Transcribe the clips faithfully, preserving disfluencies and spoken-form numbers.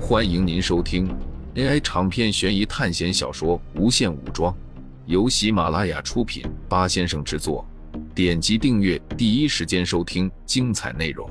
欢迎您收听 A I 长篇悬疑探险小说《无限武装》，由喜马拉雅出品，八先生制作。点击订阅，第一时间收听精彩内容。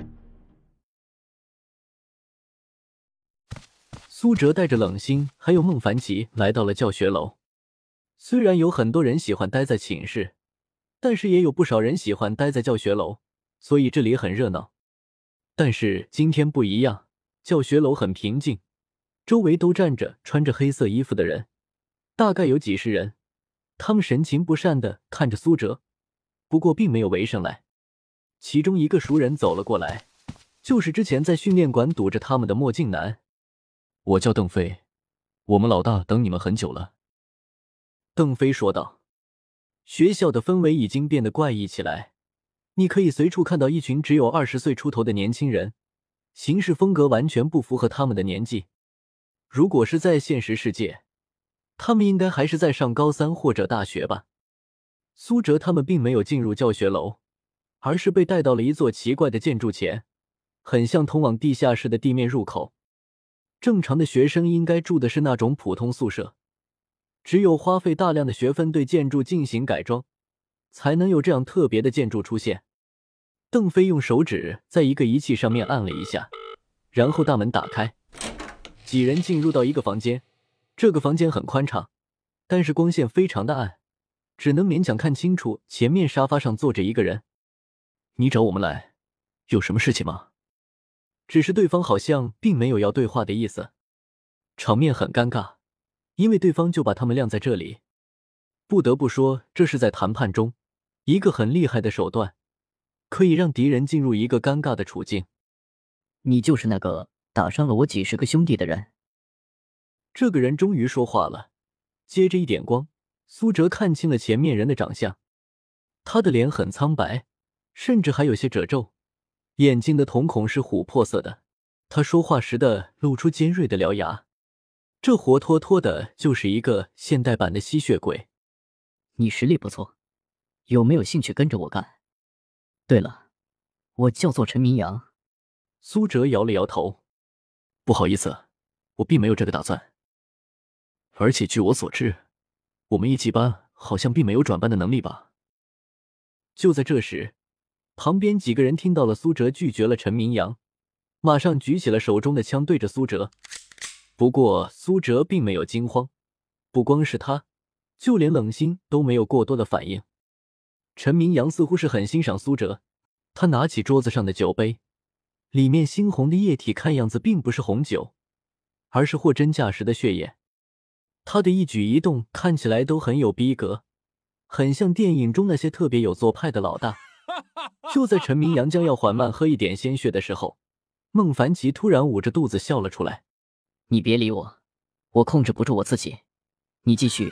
苏哲带着冷心还有孟凡奇来到了教学楼。虽然有很多人喜欢待在寝室，但是也有不少人喜欢待在教学楼，所以这里很热闹。但是今天不一样，教学楼很平静，周围都站着穿着黑色衣服的人，大概有几十人，他们神情不善地看着苏哲，不过并没有围上来。其中一个熟人走了过来，就是之前在训练馆堵着他们的墨镜男。 我叫邓飞，我们老大等你们很久了。 邓飞说道。学校的氛围已经变得怪异起来，你可以随处看到一群只有二十岁出头的年轻人，行事风格完全不符合他们的年纪。如果是在现实世界，他们应该还是在上高三或者大学吧。苏哲他们并没有进入教学楼，而是被带到了一座奇怪的建筑前，很像通往地下室的地面入口。正常的学生应该住的是那种普通宿舍，只有花费大量的学分对建筑进行改装，才能有这样特别的建筑出现。邓飞用手指在一个仪器上面按了一下，然后大门打开，几人进入到一个房间。这个房间很宽敞，但是光线非常的暗，只能勉强看清楚前面沙发上坐着一个人。 你找我们来，有什么事情吗？ 只是对方好像并没有要对话的意思，场面很尴尬，因为对方就把他们晾在这里。不得不说，这是在谈判中一个很厉害的手段，可以让敌人进入一个尴尬的处境。 你就是那个打伤了我几十个兄弟的人。 这个人终于说话了，接着一点光，苏哲看清了前面人的长相。他的脸很苍白，甚至还有些褶皱，眼睛的瞳孔是琥珀色的，他说话时的露出尖锐的獠牙，这活脱脱的就是一个现代版的吸血鬼。 你实力不错，有没有兴趣跟着我干？对了，我叫做陈明阳。 苏哲摇了摇头， 不好意思，我并没有这个打算。而且据我所知，我们一级班好像并没有转班的能力吧。 就在这时，旁边几个人听到了苏哲拒绝了陈明阳，马上举起了手中的枪对着苏哲。不过苏哲并没有惊慌，不光是他，就连冷心都没有过多的反应。陈明阳似乎是很欣赏苏哲，他拿起桌子上的酒杯，里面猩红的液体看样子并不是红酒，而是货真价实的血液。他的一举一动看起来都很有逼格，很像电影中那些特别有做派的老大。就在陈明阳将要缓慢喝一点鲜血的时候，孟凡奇突然捂着肚子笑了出来。 你别理我，我控制不住我自己，你继续。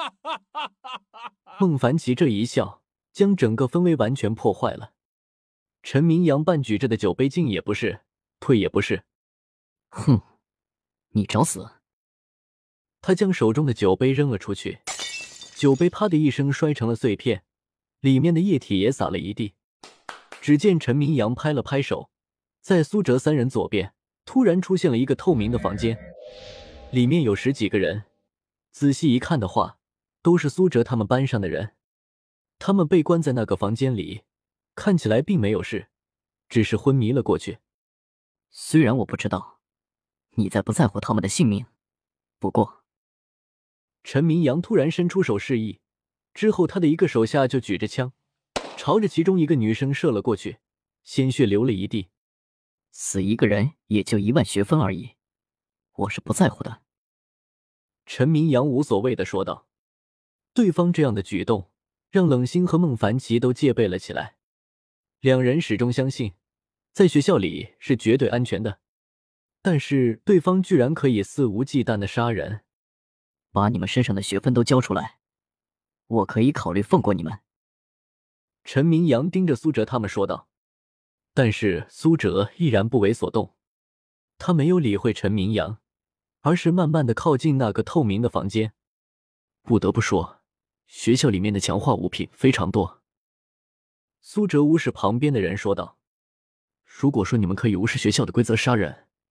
孟凡奇这一笑将整个氛围完全破坏了。陈明阳半举着的酒杯进也不是，退也不是。 哼，你找死！ 他将手中的酒杯扔了出去，酒杯啪的一声摔成了碎片，里面的液体也洒了一地。只见陈明阳拍了拍手，在苏哲三人左边突然出现了一个透明的房间，里面有十几个人，仔细一看的话，都是苏哲他们班上的人。他们被关在那个房间里，看起来并没有事，只是昏迷了过去。 虽然我不知道你在不在乎他们的性命，不过…… 陈明阳突然伸出手示意，之后他的一个手下就举着枪，朝着其中一个女生射了过去，鲜血流了一地。 死一个人也就一万学分而已，我是不在乎的。 陈明阳无所谓地说道。对方这样的举动让冷心和孟凡奇都戒备了起来，两人始终相信在学校里是绝对安全的，但是对方居然可以肆无忌惮地杀人。 把你们身上的学分都交出来，我可以考虑放过你们。 陈明阳盯着苏哲他们说道。但是苏哲依然不为所动，他没有理会陈明阳，而是慢慢地靠近那个透明的房间。 不得不说，学校里面的强化物品非常多。 苏哲无视旁边的人说道。 如果说你们可以无视学校的规则杀人，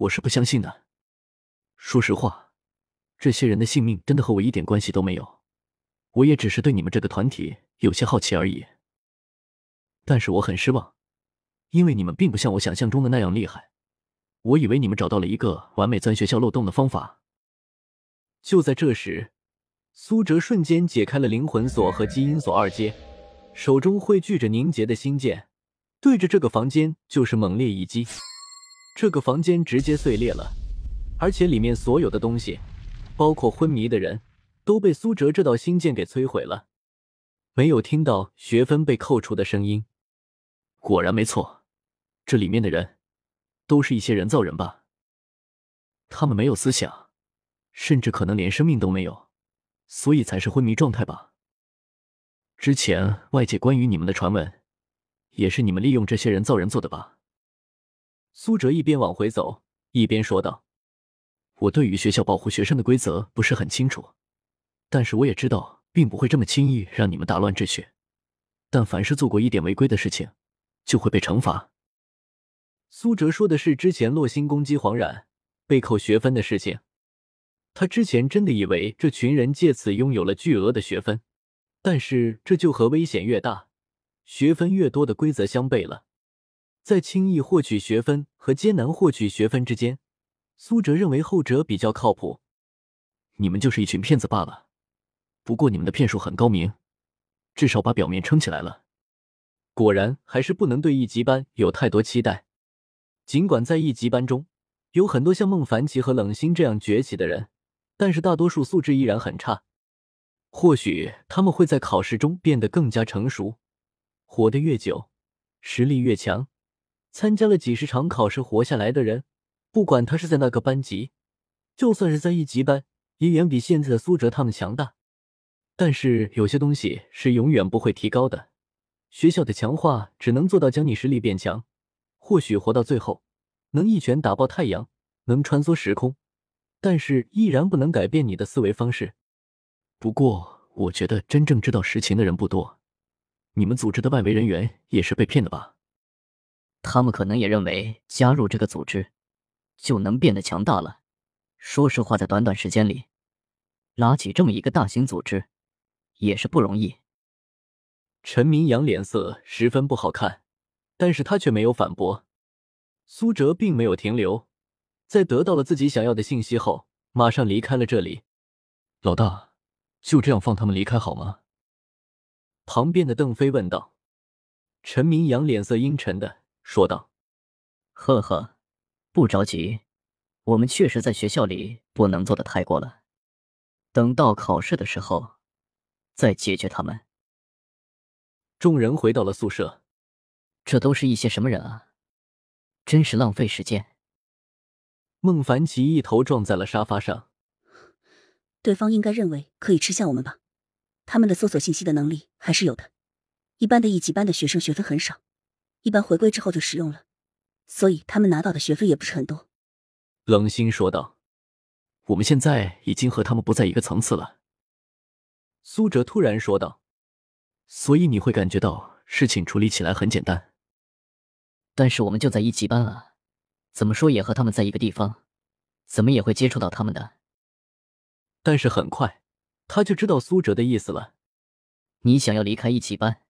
我是不相信的。说实话，这些人的性命真的和我一点关系都没有，我也只是对你们这个团体有些好奇而已。但是我很失望，因为你们并不像我想象中的那样厉害。我以为你们找到了一个完美钻学校漏洞的方法。 就在这时，苏哲瞬间解开了灵魂锁和基因锁二阶，手中汇聚着凝结的星剑，对着这个房间就是猛烈一击。这个房间直接碎裂了，而且里面所有的东西，包括昏迷的人，都被苏哲这道星剑给摧毁了。没有听到学分被扣除的声音。 果然没错，这里面的人都是一些人造人吧？他们没有思想，甚至可能连生命都没有，所以才是昏迷状态吧？之前外界关于你们的传闻，也是你们利用这些人造人做的吧？ 苏哲一边往回走，一边说道：“ 我对于学校保护学生的规则不是很清楚，但是我也知道，并不会这么轻易让你们打乱秩序。但凡是做过一点违规的事情，就会被惩罚。” 苏哲说的是之前洛星攻击黄冉被扣学分的事情。他之前真的以为这群人借此拥有了巨额的学分，但是这就和危险越大，学分越多的规则相悖了。在轻易获取学分和艰难获取学分之间，苏哲认为后者比较靠谱。 你们就是一群骗子罢了，不过你们的骗术很高明，至少把表面撑起来了。 果然还是不能对一级班有太多期待。尽管在一级班中有很多像孟凡奇和冷心这样崛起的人，但是大多数素质依然很差。或许他们会在考试中变得更加成熟，活得越久，实力越强。参加了几十场考试活下来的人，不管他是在那个班级，就算是在一级班，也远比现在的苏哲他们强大。但是有些东西是永远不会提高的，学校的强化只能做到将你实力变强，或许活到最后能一拳打爆太阳，能穿梭时空，但是依然不能改变你的思维方式。 不过我觉得真正知道实情的人不多，你们组织的外围人员也是被骗的吧？ 他们可能也认为加入这个组织就能变得强大了。说实话，在短短时间里拉起这么一个大型组织也是不容易。 陈明阳脸色十分不好看，但是他却没有反驳。苏哲并没有停留，在得到了自己想要的信息后，马上离开了这里。 老大，就这样放他们离开好吗？ 旁边的邓飞问道。陈明阳脸色阴沉的说道： 呵呵，不着急，我们确实在学校里不能做的太过了，等到考试的时候再解决他们。 众人回到了宿舍。 这都是一些什么人啊，真是浪费时间。 孟凡奇一头撞在了沙发上。 对方应该认为可以吃下我们吧，他们的搜索信息的能力还是有的。一般的一级班的学生学分很少，一般回归之后就使用了，所以他们拿到的学分也不是很多。 冷心说道。 我们现在已经和他们不在一个层次了。 苏哲突然说道。 所以你会感觉到事情处理起来很简单。 但是我们就在一级班啊，怎么说也和他们在一个地方，怎么也会接触到他们的。 但是很快他就知道苏哲的意思了。 你想要离开一级班？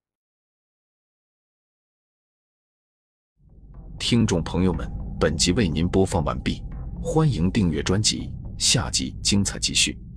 听众朋友们，本集为您播放完毕，欢迎订阅专辑，下集精彩继续。